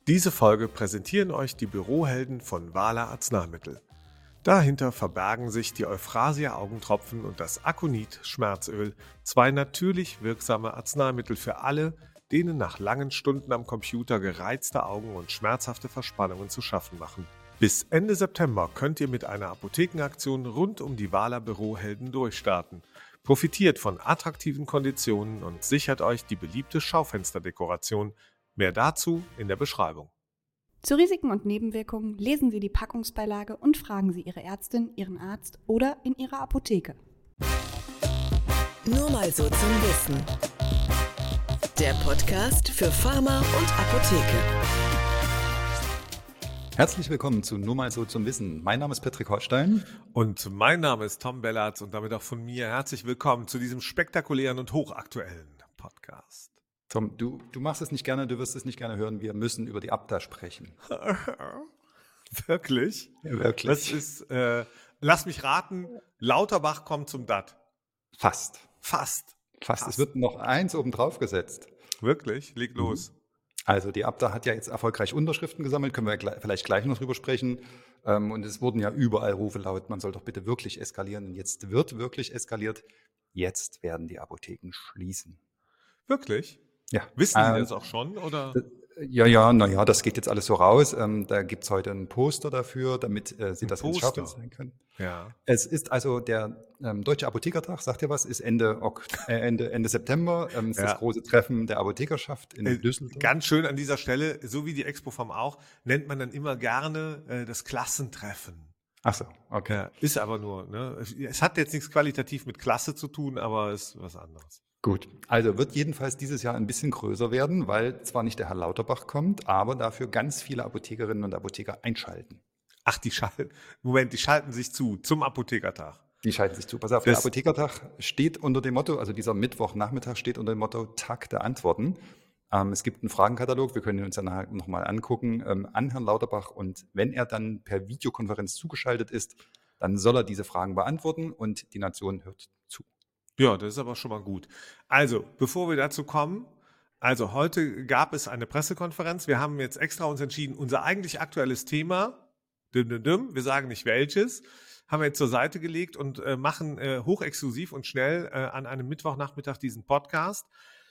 Diese Folge präsentieren euch die Bürohelden von Wala Arzneimittel. Dahinter verbergen sich die Euphrasia Augentropfen und das Aconit Schmerzöl, zwei natürlich wirksame Arzneimittel für alle, denen nach langen Stunden am Computer gereizte Augen und schmerzhafte Verspannungen zu schaffen machen. Bis Ende September könnt ihr mit einer Apothekenaktion rund um die Wala Bürohelden durchstarten. Profitiert von attraktiven Konditionen und sichert euch die beliebte Schaufensterdekoration. Mehr dazu in der Beschreibung. Zu Risiken und Nebenwirkungen lesen Sie die Packungsbeilage und fragen Sie Ihre Ärztin, Ihren Arzt oder in Ihrer Apotheke. Nur mal so zum Wissen. Der Podcast für Pharma und Apotheke. Herzlich willkommen zu Nur mal so zum Wissen. Mein Name ist Patrick Holstein. Und mein Name ist Tom Bellatz und damit auch von mir herzlich willkommen zu diesem spektakulären und hochaktuellen Podcast. Tom, du machst es nicht gerne, du wirst es nicht gerne hören. Wir müssen über die Abda sprechen. Wirklich? Ja, wirklich. Das ist, lass mich raten, Lauterbach kommt zum DAT. Fast. Es wird noch eins obendrauf gesetzt. Wirklich? Leg los. Also die Abda hat ja jetzt erfolgreich Unterschriften gesammelt, können wir vielleicht gleich noch drüber sprechen. Und es wurden ja überall Rufe laut, man soll doch bitte wirklich eskalieren. Und jetzt wird wirklich eskaliert. Jetzt werden die Apotheken schließen. Wirklich? Ja. Wissen die das auch schon, oder? Ja, das geht jetzt alles so raus. Da gibt's heute ein Poster dafür, damit Sie das ins Schaufenster sein können. Ja. Es ist also der Deutsche Apothekertag, sagt ihr was, ist Ende September. Ist das große Treffen der Apothekerschaft in Düsseldorf. Ganz schön an dieser Stelle, so wie die Expo-Farm auch, nennt man dann immer gerne das Klassentreffen. Ach so, okay. Ja, ist aber nur, ne? Es hat jetzt nichts qualitativ mit Klasse zu tun, aber ist was anderes. Gut, also wird jedenfalls dieses Jahr ein bisschen größer werden, weil zwar nicht der Herr Lauterbach kommt, aber dafür ganz viele Apothekerinnen und Apotheker einschalten. Ach, die schalten sich zum Apothekertag. Die schalten sich zu. Pass auf, der Apothekertag steht unter dem Motto, also dieser Mittwochnachmittag steht unter dem Motto Tag der Antworten. Es gibt einen Fragenkatalog, wir können ihn uns dann nachher nochmal angucken, an Herrn Lauterbach. Und wenn er dann per Videokonferenz zugeschaltet ist, dann soll er diese Fragen beantworten und die Nation hört zu. Ja, das ist aber schon mal gut. Also, bevor wir dazu kommen, also heute gab es eine Pressekonferenz. Wir haben jetzt extra uns entschieden, unser eigentlich aktuelles Thema, wir sagen nicht welches, haben wir jetzt zur Seite gelegt und machen hochexklusiv und schnell an einem Mittwochnachmittag diesen Podcast,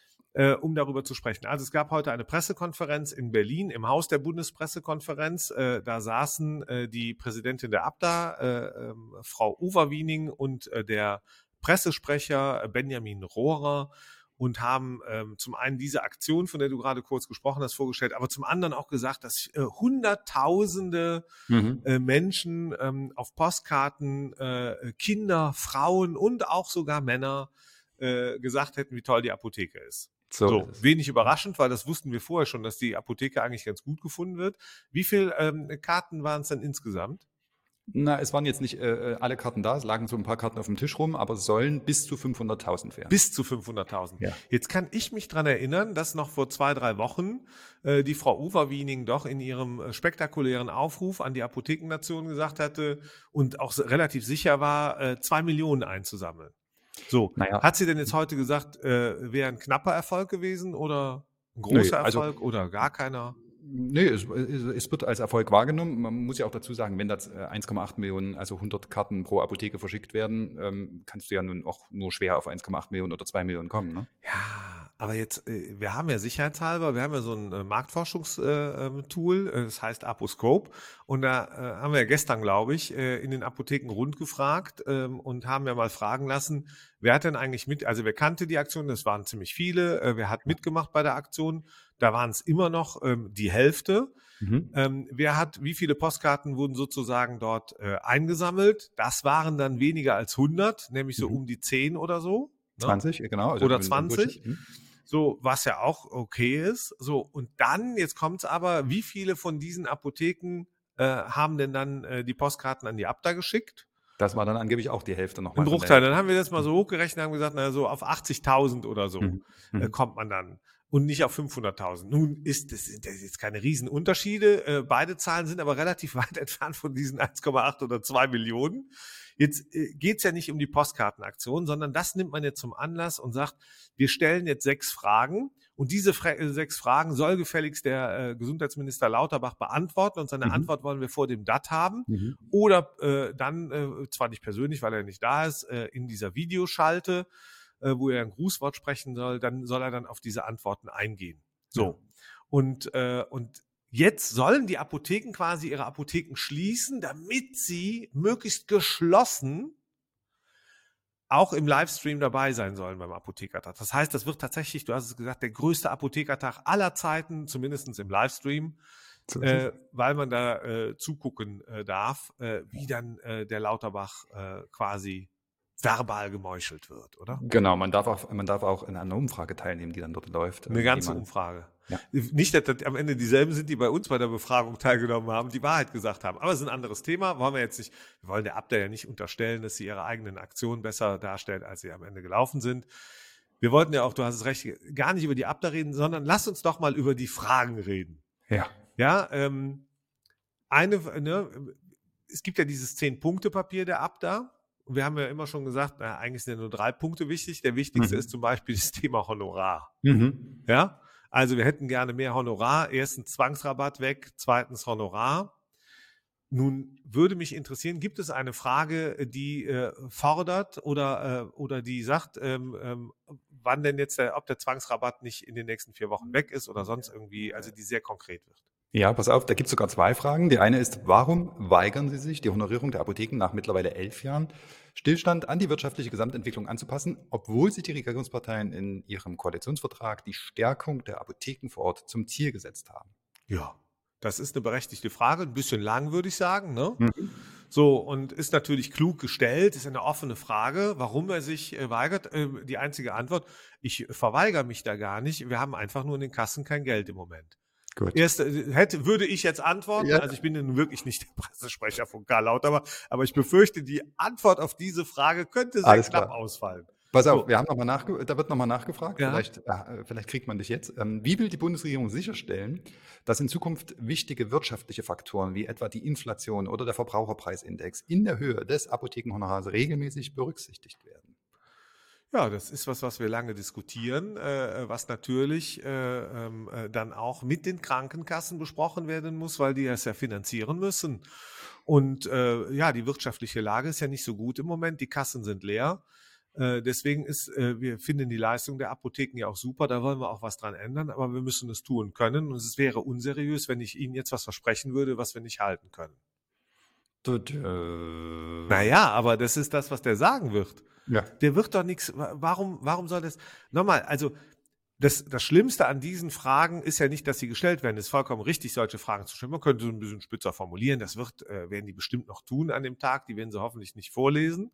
um darüber zu sprechen. Also es gab heute eine Pressekonferenz in Berlin im Haus der Bundespressekonferenz. Da saßen die Präsidentin der Abda, Frau Overwiening, und der Pressesprecher Benjamin Rohrer und haben zum einen diese Aktion, von der du gerade kurz gesprochen hast, vorgestellt, aber zum anderen auch gesagt, dass Hunderttausende Menschen auf Postkarten, Kinder, Frauen und auch sogar Männer gesagt hätten, wie toll die Apotheke ist. So, wenig überraschend, weil das wussten wir vorher schon, dass die Apotheke eigentlich ganz gut gefunden wird. Wie viele Karten waren es denn insgesamt? Na, es waren jetzt nicht alle Karten da, es lagen so ein paar Karten auf dem Tisch rum, aber es sollen bis zu 500.000 werden. Bis zu 500.000. Ja. Jetzt kann ich mich dran erinnern, dass noch vor 2-3 Wochen die Frau Overwiening doch in ihrem spektakulären Aufruf an die Apothekennation gesagt hatte und auch relativ sicher war, 2 Millionen einzusammeln. So, Hat sie denn jetzt heute gesagt, wäre ein knapper Erfolg gewesen oder ein großer Erfolg oder gar keiner? Nee, es wird als Erfolg wahrgenommen. Man muss ja auch dazu sagen, wenn da 1,8 Millionen, also 100 Karten pro Apotheke verschickt werden, kannst du ja nun auch nur schwer auf 1,8 Millionen oder 2 Millionen kommen, ne? Ja, aber jetzt, wir haben ja sicherheitshalber, wir haben ja so ein Marktforschungstool, das heißt Aposcope, und da haben wir ja gestern, glaube ich, in den Apotheken rundgefragt und haben ja mal fragen lassen, wer hat denn eigentlich wer kannte die Aktion, das waren ziemlich viele, wer hat mitgemacht bei der Aktion? Da waren es immer noch die Hälfte. Wie viele Postkarten wurden sozusagen dort eingesammelt? Das waren dann weniger als 100, nämlich so um die 10 oder so. 20, genau. Also oder 20. So, was ja auch okay ist. So, und dann, jetzt kommt's aber, wie viele von diesen Apotheken haben denn dann die Postkarten an die Abda geschickt? Das war dann angeblich auch die Hälfte nochmal. Ein Bruchteil. Dann haben wir das mal so hochgerechnet und haben gesagt, na, so auf 80.000 oder so kommt man dann. Und nicht auf 500.000. Nun sind das jetzt keine Riesenunterschiede. Beide Zahlen sind aber relativ weit entfernt von diesen 1,8 oder 2 Millionen. Jetzt geht's ja nicht um die Postkartenaktion, sondern das nimmt man jetzt zum Anlass und sagt, wir stellen jetzt 6 Fragen Und diese 6 Fragen soll gefälligst der Gesundheitsminister Lauterbach beantworten und seine Antwort wollen wir vor dem DAT haben oder dann, zwar nicht persönlich, weil er nicht da ist, in dieser Videoschalte, wo er ein Grußwort sprechen soll, dann soll er dann auf diese Antworten eingehen. So. Und jetzt sollen die Apotheken quasi ihre Apotheken schließen, damit sie möglichst geschlossen auch im Livestream dabei sein sollen beim Apothekertag. Das heißt, das wird tatsächlich, du hast es gesagt, der größte Apothekertag aller Zeiten, zumindest im Livestream, weil man da zugucken darf, wie dann der Lauterbach quasi verbal gemeuchelt wird, oder? Genau, man darf auch in einer Umfrage teilnehmen, die dann dort läuft. Eine ganze Umfrage. Ja. Nicht, dass das am Ende dieselben sind, die bei uns bei der Befragung teilgenommen haben, die Wahrheit gesagt haben. Aber es ist ein anderes Thema. Wollen wir jetzt nicht, wir wollen der Abda ja nicht unterstellen, dass sie ihre eigenen Aktionen besser darstellt, als sie am Ende gelaufen sind. Wir wollten ja auch, du hast es recht, gar nicht über die Abda reden, sondern lass uns doch mal über die Fragen reden. Ja. Ja, es gibt ja dieses 10-Punkte-Papier der Abda. Und wir haben ja immer schon gesagt, eigentlich sind ja nur 3 Punkte wichtig. Der wichtigste ist zum Beispiel das Thema Honorar. Ja, also wir hätten gerne mehr Honorar. Erstens Zwangsrabatt weg, zweitens Honorar. Nun würde mich interessieren, gibt es eine Frage, die fordert oder die sagt, wann denn jetzt ob der Zwangsrabatt nicht in den nächsten 4 Wochen weg ist oder sonst irgendwie, also die sehr konkret wird? Ja, pass auf, da gibt es sogar 2 Fragen. Die eine ist, warum weigern Sie sich, die Honorierung der Apotheken nach mittlerweile 11 Jahren Stillstand an die wirtschaftliche Gesamtentwicklung anzupassen, obwohl sich die Regierungsparteien in ihrem Koalitionsvertrag die Stärkung der Apotheken vor Ort zum Ziel gesetzt haben? Ja, das ist eine berechtigte Frage, ein bisschen lang, würde ich sagen, ne? So, und ist natürlich klug gestellt, ist eine offene Frage, warum er sich weigert. Die einzige Antwort, ich verweigere mich da gar nicht, wir haben einfach nur in den Kassen kein Geld im Moment. Gut. Würde ich jetzt antworten, also ich bin nun wirklich nicht der Pressesprecher von Karl Lauterbach, aber ich befürchte, die Antwort auf diese Frage könnte sehr knapp ausfallen. Pass auf, wir haben da wird nochmal nachgefragt, Ja. Vielleicht kriegt man dich jetzt. Wie will die Bundesregierung sicherstellen, dass in Zukunft wichtige wirtschaftliche Faktoren wie etwa die Inflation oder der Verbraucherpreisindex in der Höhe des Apothekenhonorars regelmäßig berücksichtigt werden? Ja, das ist was wir lange diskutieren, was natürlich dann auch mit den Krankenkassen besprochen werden muss, weil die es ja finanzieren müssen. Und die wirtschaftliche Lage ist ja nicht so gut im Moment, die Kassen sind leer. Deswegen wir finden die Leistung der Apotheken ja auch super, da wollen wir auch was dran ändern, aber wir müssen es tun können. Und es wäre unseriös, wenn ich Ihnen jetzt was versprechen würde, was wir nicht halten können. Naja, aber das ist das, was der sagen wird. Ja. Der wird doch nichts, warum soll das, nochmal, also das Schlimmste an diesen Fragen ist ja nicht, dass sie gestellt werden. Es ist vollkommen richtig, solche Fragen zu stellen. Man könnte so ein bisschen spitzer formulieren, das werden die bestimmt noch tun an dem Tag, die werden sie hoffentlich nicht vorlesen.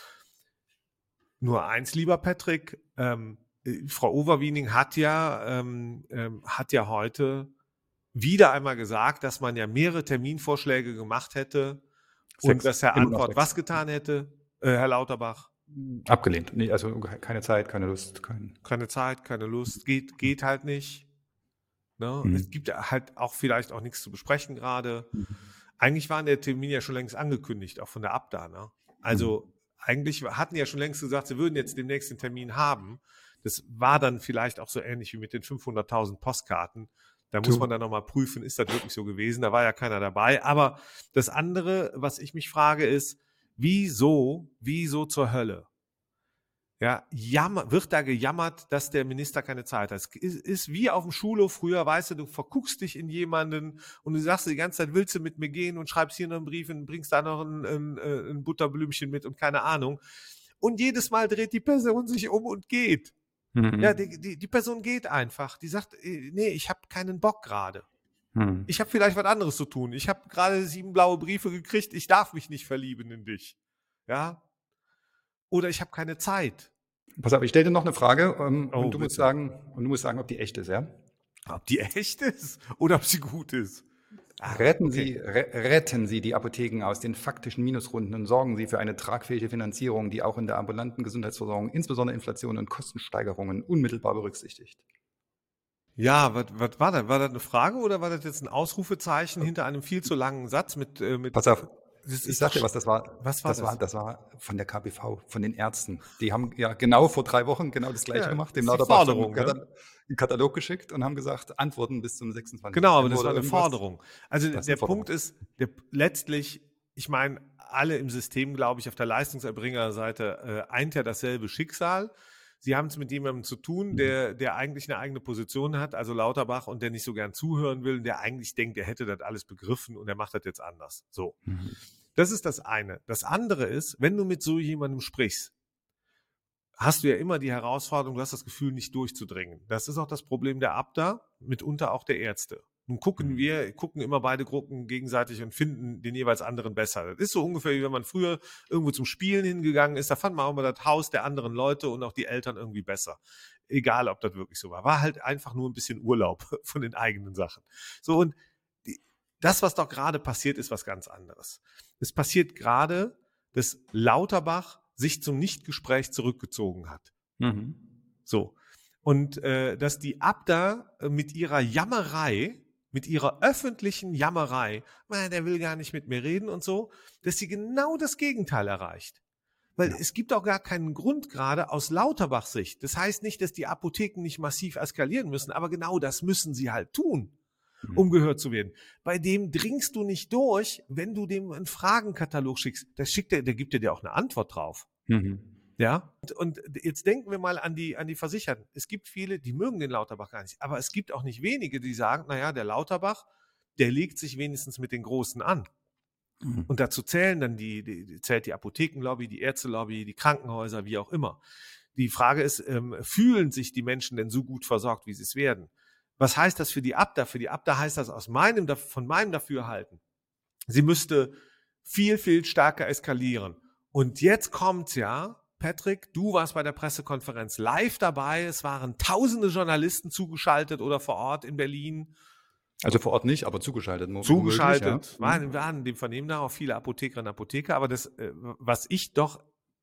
Nur eins, lieber Patrick, Frau Overwiening hat ja heute wieder einmal gesagt, dass man ja mehrere Terminvorschläge gemacht hätte und dass Herr Antwort was getan hätte, Herr Lauterbach? Abgelehnt. Nee, also keine Zeit, keine Lust. Keine Zeit, keine Lust, geht halt nicht. Ne? Es gibt halt auch vielleicht auch nichts zu besprechen gerade. Eigentlich war der Termin ja schon längst angekündigt, auch von der Abda. Ne? Also eigentlich hatten ja schon längst gesagt, sie würden jetzt demnächst den Termin haben. Das war dann vielleicht auch so ähnlich wie mit den 500.000 Postkarten. Da muss man dann nochmal prüfen, ist das wirklich so gewesen? Da war ja keiner dabei. Aber das andere, was ich mich frage, ist, wieso zur Hölle? Ja, wird da gejammert, dass der Minister keine Zeit hat. Es ist wie auf dem Schulhof früher, weißt du verguckst dich in jemanden und du sagst die ganze Zeit, willst du mit mir gehen und schreibst hier noch einen Brief und bringst da noch ein Butterblümchen mit und keine Ahnung. Und jedes Mal dreht die Person sich um und geht. Ja, die Person geht einfach. Die sagt, nee, ich habe keinen Bock gerade. Ich habe vielleicht was anderes zu tun. Ich habe gerade 7 blaue Briefe gekriegt. Ich darf mich nicht verlieben in dich. Ja? Oder ich habe keine Zeit. Pass auf, ich stelle dir noch eine Frage und du bitte. musst sagen, ob die echt ist, ja? Ob die echt ist oder ob sie gut ist. Retten Sie die Apotheken aus den faktischen Minusrunden und sorgen Sie für eine tragfähige Finanzierung, die auch in der ambulanten Gesundheitsversorgung insbesondere Inflation und Kostensteigerungen unmittelbar berücksichtigt. Ja, was war das? War das eine Frage oder war das jetzt ein Ausrufezeichen hinter einem viel zu langen Satz mit Pass auf, Ich sag dir was, das war von der KBV, von den Ärzten. Die haben ja genau vor 3 Wochen genau das Gleiche gemacht, dem das ist die Lauterbach Forderung, einen Katalog geschickt und haben gesagt, Antworten bis zum 26. Genau, aber das September war oder eine irgendwas. Forderung. Also Das ist der eine Forderung. Punkt ist, letztlich, ich meine, alle im System, glaube ich, auf der Leistungserbringerseite eint ja dasselbe Schicksal. Sie haben es mit jemandem zu tun, der eigentlich eine eigene Position hat, also Lauterbach, und der nicht so gern zuhören will und der eigentlich denkt, er hätte das alles begriffen und er macht das jetzt anders. So. Das ist das eine. Das andere ist, wenn du mit so jemandem sprichst, hast du ja immer die Herausforderung, du hast das Gefühl, nicht durchzudringen. Das ist auch das Problem der Abda, mitunter auch der Ärzte. Nun gucken immer beide Gruppen gegenseitig und finden den jeweils anderen besser. Das ist so ungefähr, wie wenn man früher irgendwo zum Spielen hingegangen ist, da fand man auch mal das Haus der anderen Leute und auch die Eltern irgendwie besser. Egal, ob das wirklich so war. War halt einfach nur ein bisschen Urlaub von den eigenen Sachen. So, und das, was doch gerade passiert, ist was ganz anderes. Es passiert gerade, dass Lauterbach sich zum Nichtgespräch zurückgezogen hat. So. Und dass die Abda mit ihrer Jammerei, mit ihrer öffentlichen Jammerei, der will gar nicht mit mir reden und so, dass sie genau das Gegenteil erreicht. Weil es gibt auch gar keinen Grund gerade aus Lauterbachs Sicht. Das heißt nicht, dass die Apotheken nicht massiv eskalieren müssen, aber genau das müssen sie halt tun, um gehört zu werden. Bei dem dringst du nicht durch, wenn du dem einen Fragenkatalog schickst. Der gibt dir auch eine Antwort drauf. Ja, und jetzt denken wir mal an die Versicherten. Es gibt viele, die mögen den Lauterbach gar nicht, aber es gibt auch nicht wenige, die sagen, naja, der Lauterbach, der legt sich wenigstens mit den Großen an. Und dazu zählen dann zählt die Apothekenlobby, die Ärztelobby, die Krankenhäuser, wie auch immer. Die Frage ist, fühlen sich die Menschen denn so gut versorgt, wie sie es werden? Was heißt das für die Abda? Für die Abda heißt das von meinem Dafürhalten, sie müsste viel, viel stärker eskalieren. Und jetzt kommt's ja, Patrick, du warst bei der Pressekonferenz live dabei. Es waren tausende Journalisten zugeschaltet oder vor Ort in Berlin. Also vor Ort nicht, aber zugeschaltet. Zugeschaltet. Waren in dem Vernehmen da auch viele Apothekerinnen und Apotheker. Aber das, was ich doch,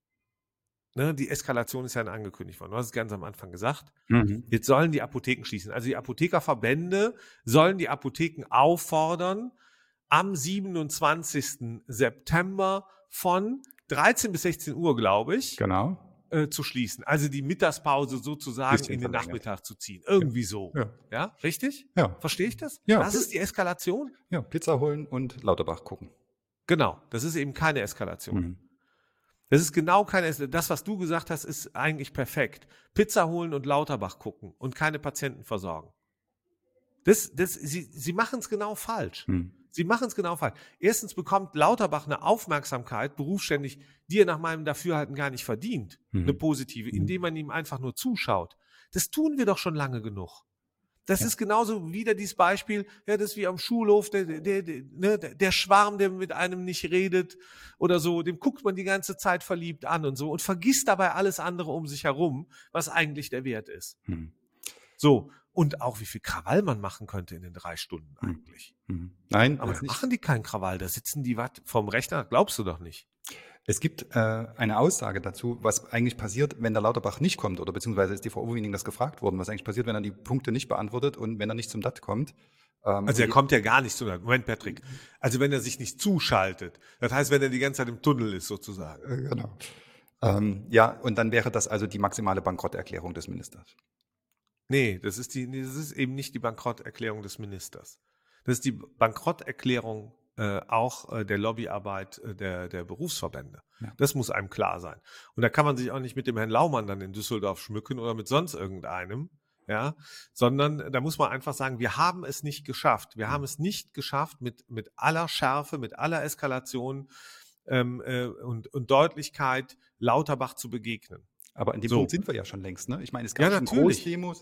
die Eskalation ist ja angekündigt worden. Du hast es ganz am Anfang gesagt. Jetzt sollen die Apotheken schließen. Also die Apothekerverbände sollen die Apotheken auffordern, am 27. September von 13 bis 16 Uhr, glaube ich, zu schließen. Also die Mittagspause sozusagen in den Nachmittag zu ziehen. Irgendwie so. Ja, richtig? Ja. Verstehe ich das? Ja. Das ist die Eskalation? Ja, Pizza holen und Lauterbach gucken. Genau, das ist eben keine Eskalation. Das ist genau keine Eskalation. Das, was du gesagt hast, ist eigentlich perfekt. Pizza holen und Lauterbach gucken und keine Patienten versorgen. Sie machen es genau falsch. Sie machen es genau falsch. Erstens bekommt Lauterbach eine Aufmerksamkeit, berufsständig, die er nach meinem Dafürhalten gar nicht verdient, eine positive, indem man ihm einfach nur zuschaut. Das tun wir doch schon lange genug. Das ist genauso wieder dieses Beispiel, das ist wie am Schulhof, der Schwarm, der mit einem nicht redet oder so, dem guckt man die ganze Zeit verliebt an und so und vergisst dabei alles andere um sich herum, was eigentlich der Wert ist. So. Und auch wie viel Krawall man machen könnte in den 3 Stunden eigentlich. Nein, aber machen die keinen Krawall, da sitzen die vom Rechner, glaubst du doch nicht. Es gibt eine Aussage dazu, was eigentlich passiert, wenn der Lauterbach nicht kommt, oder beziehungsweise ist die Frau Uwening das gefragt worden, was eigentlich passiert, wenn er die Punkte nicht beantwortet und wenn er nicht zum DAT kommt. Also er kommt ja gar nicht zum DAT. Moment, Patrick. Also wenn er sich nicht zuschaltet, das heißt, wenn er die ganze Zeit im Tunnel ist sozusagen. Genau. Und dann wäre das also die maximale Bankrotterklärung des Ministers. Nee, das ist eben nicht die Bankrotterklärung des Ministers. Das ist die Bankrotterklärung auch der Lobbyarbeit der Berufsverbände. Ja. Das muss einem klar sein. Und da kann man sich auch nicht mit dem Herrn Laumann dann in Düsseldorf schmücken oder mit sonst irgendeinem, sondern da muss man einfach sagen, wir haben es nicht geschafft. Wir haben es nicht geschafft, mit aller Schärfe, mit aller Eskalation und Deutlichkeit Lauterbach zu begegnen. Aber an dem Punkt sind wir ja schon längst, ne? Ich meine, es gab schon Großdemos,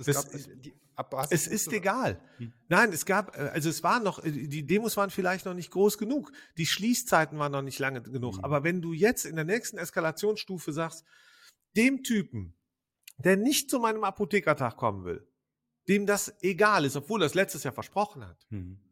es ist egal. Nein, es waren noch, die Demos waren vielleicht noch nicht groß genug. Die Schließzeiten waren noch nicht lange genug. Aber wenn du jetzt in der nächsten Eskalationsstufe sagst, dem Typen, der nicht zu meinem Apothekertag kommen will, dem das egal ist, obwohl er es letztes Jahr versprochen hat,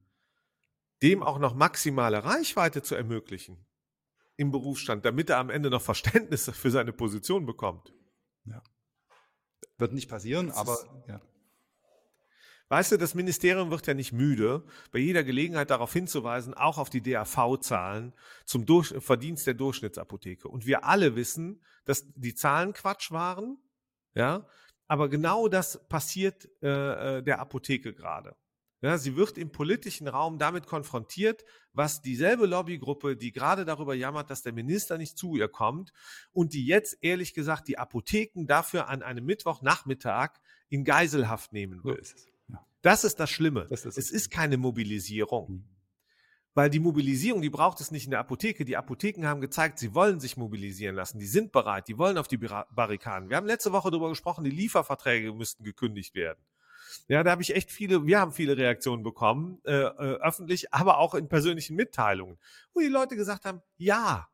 dem auch noch maximale Reichweite zu ermöglichen im Berufsstand, damit er am Ende noch Verständnis für seine Position bekommt. Ja. Wird nicht passieren, aber ja. Weißt du, das Ministerium wird ja nicht müde, bei jeder Gelegenheit darauf hinzuweisen, auch auf die DAV-Zahlen zum Verdienst der Durchschnittsapotheke. Und wir alle wissen, dass die Zahlen Quatsch waren, ja, aber genau das passiert der Apotheke gerade. Ja, sie wird im politischen Raum damit konfrontiert, was dieselbe Lobbygruppe, die gerade darüber jammert, dass der Minister nicht zu ihr kommt und die jetzt ehrlich gesagt die Apotheken dafür an einem Mittwochnachmittag in Geiselhaft nehmen So wird. ist es. Ja. Das ist das Schlimme. Das ist Es ist keine Mobilisierung. Mhm. Weil die Mobilisierung, die braucht es nicht in der Apotheke. Die Apotheken haben gezeigt, sie wollen sich mobilisieren lassen. Die sind bereit, die wollen auf die Barrikaden. Wir haben letzte Woche darüber gesprochen, die Lieferverträge müssten gekündigt werden. Ja, da habe ich wir haben viele Reaktionen bekommen, öffentlich, aber auch in persönlichen Mitteilungen, wo die Leute gesagt haben, ja,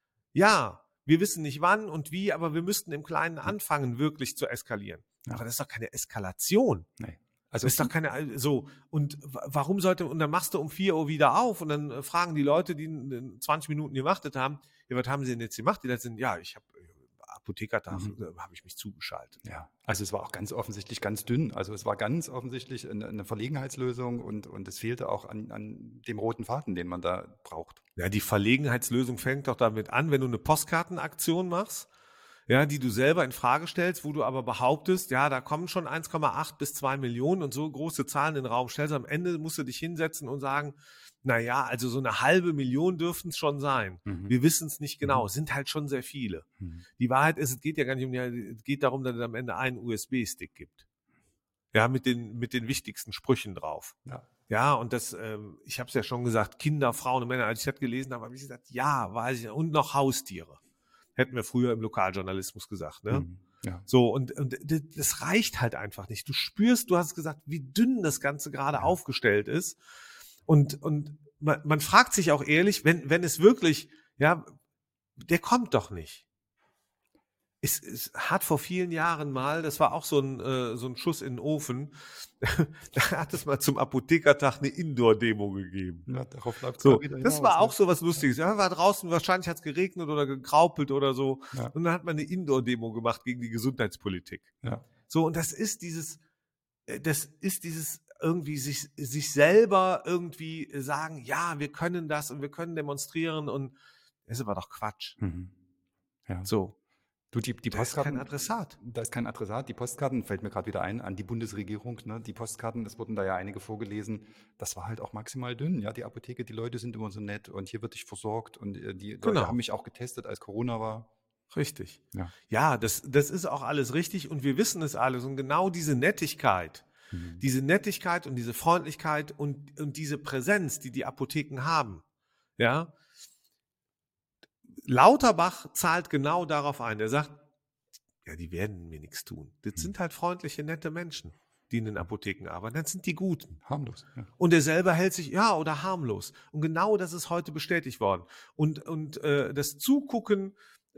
wir wissen nicht wann und wie, aber wir müssten im Kleinen anfangen, wirklich zu eskalieren. Ja. Aber das ist doch keine Eskalation. Nee. Also Das ist doch keine, so, und warum und dann machst du um 4 Uhr wieder auf und dann fragen die Leute, die 20 Minuten gewartet haben, ja, was haben sie denn jetzt gemacht? Die da sind, ja, ich habe Apothekertag, habe ich mich zugeschaltet. Ja, also es war auch ganz offensichtlich ganz dünn. Also es war ganz offensichtlich eine Verlegenheitslösung und es fehlte auch an dem roten Faden, den man da braucht. Ja, die Verlegenheitslösung fängt doch damit an, wenn du eine Postkartenaktion machst, ja, die du selber in Frage stellst, wo du aber behauptest, ja, da kommen schon 1,8 bis 2 Millionen und so große Zahlen in den Raum stellst. Am Ende musst du dich hinsetzen und sagen, naja, also so 500.000 dürften es schon sein. Wir wissen es nicht genau. Es sind halt schon sehr viele. Die Wahrheit ist, es geht ja gar nicht es geht darum, dass es am Ende einen USB-Stick gibt. Ja, mit den wichtigsten Sprüchen drauf. Ja, und das, ich habe es ja schon gesagt, Kinder, Frauen und Männer, als ich das gelesen habe ich gesagt, ja, weiß ich, und noch Haustiere. Hätten wir früher im Lokaljournalismus gesagt, ne? Ja. So, und das reicht halt einfach nicht. Du spürst, du hast gesagt, wie dünn das Ganze gerade aufgestellt ist. Und man fragt sich auch ehrlich, wenn es wirklich, ja, der kommt doch nicht. Es hat vor vielen Jahren mal, das war auch so ein Schuss in den Ofen, da hat es mal zum Apothekertag eine Indoor-Demo gegeben. Ja, darauf läuft So, wieder das hinaus, war auch ne? so was Lustiges. Ja, war draußen, wahrscheinlich hat es geregnet oder gegraupelt oder so. Ja. Und dann hat man eine Indoor-Demo gemacht gegen die Gesundheitspolitik. Ja. So, und das ist dieses irgendwie sich selber irgendwie sagen, ja, wir können das und wir können demonstrieren und das ist aber doch Quatsch. Ja. So. Du, die Da ist Postkarten, kein Adressat. Da ist kein Adressat. Die Postkarten, fällt mir gerade wieder ein, an die Bundesregierung, ne? Die Postkarten, es wurden da ja einige vorgelesen, das war halt auch maximal dünn. Ja, die Apotheke, die Leute sind immer so nett und hier wird dich versorgt und die Leute Genau. haben mich auch getestet, als Corona war. Richtig. Ja. Ja, das ist auch alles richtig und wir wissen es alles. Und genau diese Nettigkeit und diese Freundlichkeit und diese Präsenz, die Apotheken haben, ja, Lauterbach zahlt genau darauf ein. Er sagt, ja, die werden mir nichts tun. Das sind halt freundliche, nette Menschen, die in den Apotheken arbeiten. Das sind die Guten. Harmlos. Ja. Und er selber hält sich, ja, oder harmlos. Und genau das ist heute bestätigt worden. Und das Zugucken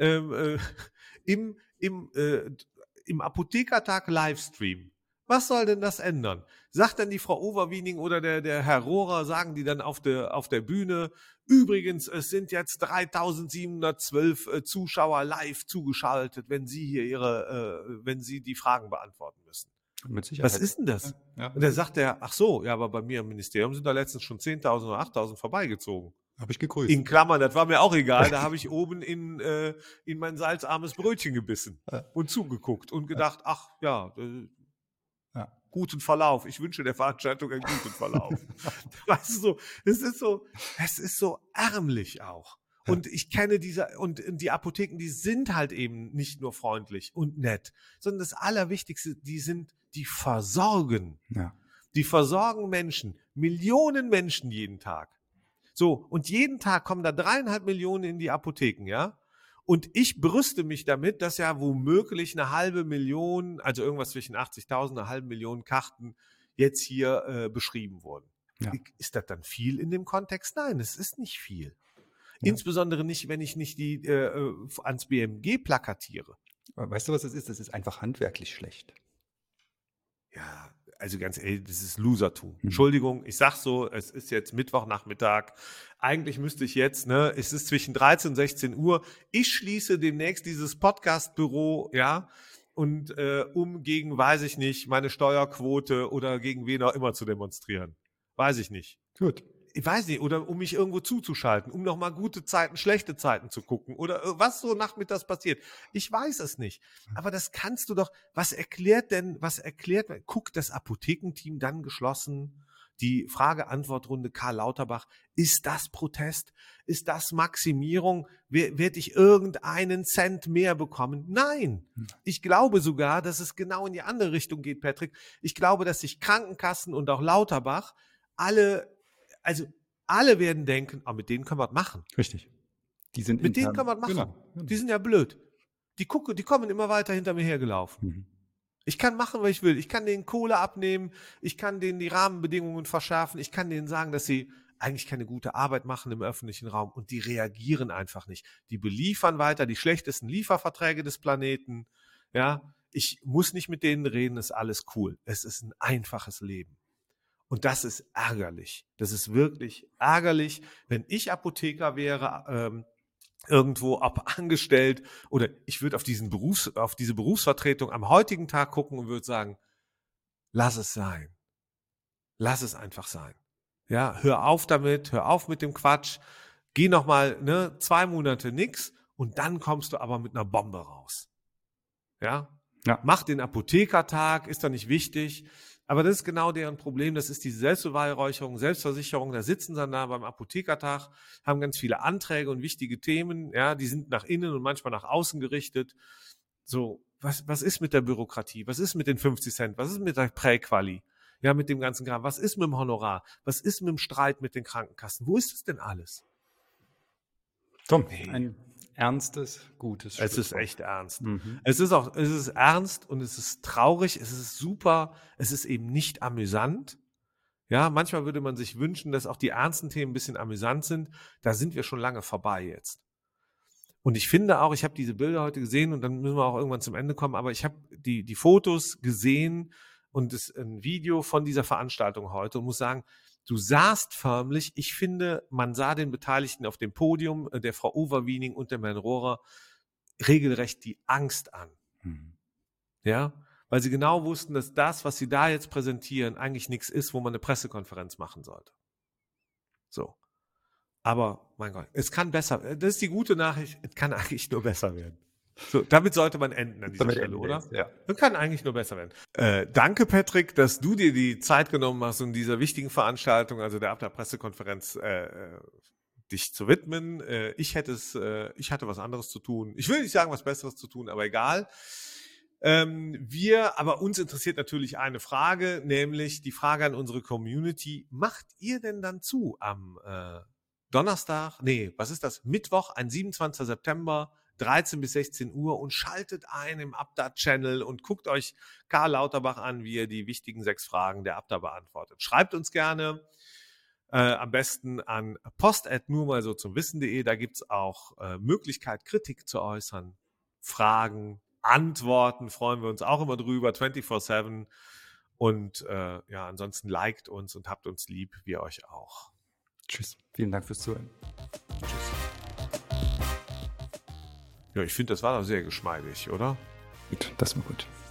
im Apothekertag Livestream. Was soll denn das ändern? Sagt dann die Frau Overwiening oder der Herr Rohrer, sagen die dann auf der Bühne, übrigens, es sind jetzt 3.712 Zuschauer live zugeschaltet, wenn Sie wenn Sie die Fragen beantworten müssen. Mit Sicherheit. Was ist denn das? Ja. Und dann sagt er, ach so, ja, aber bei mir im Ministerium sind da letztens schon 10.000 oder 8.000 vorbeigezogen. Habe ich gegrüßt. In Klammern, das war mir auch egal, da habe ich oben in mein salzarmes Brötchen gebissen und zugeguckt und gedacht, ach ja, guten Verlauf. Ich wünsche der Veranstaltung einen guten Verlauf. Weißt du, es ist so ärmlich auch. Und ich kenne und die Apotheken, die sind halt eben nicht nur freundlich und nett, sondern das Allerwichtigste, die versorgen. Ja. Die versorgen Menschen, Millionen Menschen jeden Tag. So, und jeden Tag kommen da 3,5 Millionen in die Apotheken, ja? Und ich brüste mich damit, dass ja womöglich 500.000, also irgendwas zwischen 80.000 und 500.000 Karten jetzt hier beschrieben wurden. Ja. Ist das dann viel in dem Kontext? Nein, es ist nicht viel. Ja. Insbesondere nicht, wenn ich nicht die ans BMG plakatiere. Weißt du, was es ist? Es ist einfach handwerklich schlecht. Ja, also ganz ehrlich, das ist Losertum. Entschuldigung, ich sag so, es ist jetzt Mittwochnachmittag. Eigentlich müsste ich jetzt, es ist zwischen 13 und 16 Uhr. Ich schließe demnächst dieses Podcast-Büro, ja, und um gegen, weiß ich nicht, meine Steuerquote oder gegen wen auch immer zu demonstrieren. Weiß ich nicht. Gut. Ich weiß nicht, oder um mich irgendwo zuzuschalten, um nochmal gute Zeiten, schlechte Zeiten zu gucken oder was so nachmittags passiert. Ich weiß es nicht. Aber das kannst du doch, guck, das Apothekenteam dann geschlossen, die Frage-Antwort-Runde Karl Lauterbach, ist das Protest? Ist das Maximierung? Werde ich irgendeinen Cent mehr bekommen? Nein. Ich glaube sogar, dass es genau in die andere Richtung geht, Patrick. Ich glaube, dass sich Krankenkassen und auch Lauterbach alle werden denken, mit denen können wir was machen. Richtig. Mit denen können wir was machen. Genau. Die sind ja blöd. Die kommen immer weiter hinter mir hergelaufen. Ich kann machen, was ich will. Ich kann denen Kohle abnehmen. Ich kann denen die Rahmenbedingungen verschärfen. Ich kann denen sagen, dass sie eigentlich keine gute Arbeit machen im öffentlichen Raum. Und die reagieren einfach nicht. Die beliefern weiter die schlechtesten Lieferverträge des Planeten. Ja, ich muss nicht mit denen reden. Ist alles cool. Es ist ein einfaches Leben. Und das ist ärgerlich. Das ist wirklich ärgerlich, wenn ich Apotheker wäre, irgendwo angestellt oder ich würde auf diese Berufsvertretung am heutigen Tag gucken und würde sagen, lass es sein. Lass es einfach sein. Ja, hör auf damit, hör auf mit dem Quatsch. Geh nochmal 2 Monate nix und dann kommst du aber mit einer Bombe raus. Ja? Mach den Apothekertag, ist doch nicht wichtig. Aber das ist genau deren Problem, das ist diese Selbstbeweihräucherung, Selbstversicherung, da sitzen dann da beim Apothekertag, haben ganz viele Anträge und wichtige Themen, ja, die sind nach innen und manchmal nach außen gerichtet. So, was ist mit der Bürokratie? Was ist mit den 50 Cent? Was ist mit der Präquali? Ja, mit dem ganzen Kram. Was ist mit dem Honorar? Was ist mit dem Streit mit den Krankenkassen? Wo ist das denn alles? Tom, ein ernstes, gutes Es ist echt ernst. Es ist ernst und es ist traurig, es ist super, es ist eben nicht amüsant. Ja, manchmal würde man sich wünschen, dass auch die ernsten Themen ein bisschen amüsant sind. Da sind wir schon lange vorbei jetzt. Und ich finde auch, ich habe diese Bilder heute gesehen und dann müssen wir auch irgendwann zum Ende kommen, aber ich habe die Fotos gesehen und ein Video von dieser Veranstaltung heute und muss sagen, du sahst förmlich, ich finde, man sah den Beteiligten auf dem Podium, der Frau Overwiening und dem Herrn Rohrer, regelrecht die Angst an. Ja, weil sie genau wussten, dass das, was sie da jetzt präsentieren, eigentlich nichts ist, wo man eine Pressekonferenz machen sollte. So. Aber, mein Gott, es kann besser, das ist die gute Nachricht, es kann eigentlich nur besser werden. So, damit sollte man enden an dieser Stelle, oder? Ja. Das kann eigentlich nur besser werden. Danke, Patrick, dass du dir die Zeit genommen hast, um dieser wichtigen Veranstaltung, also der Pressekonferenz, dich zu widmen. Ich hatte was anderes zu tun. Ich will nicht sagen, was Besseres zu tun, aber egal. Aber uns interessiert natürlich eine Frage, nämlich die Frage an unsere Community. Macht ihr denn dann zu am Mittwoch, ein 27. September, 13 bis 16 Uhr und schaltet ein im Abda-Channel und guckt euch Karl Lauterbach an, wie er die wichtigen 6 Fragen der Abda beantwortet. Schreibt uns gerne am besten an post@nurmalsozumwissen.de. Da gibt's auch Möglichkeit, Kritik zu äußern, Fragen, Antworten, freuen wir uns auch immer drüber, 24/7. Und ansonsten liked uns und habt uns lieb, wir euch auch. Tschüss. Vielen Dank fürs Zuhören. Tschüss. Ja, ich finde, das war doch sehr geschmeidig, oder? Gut, das war gut.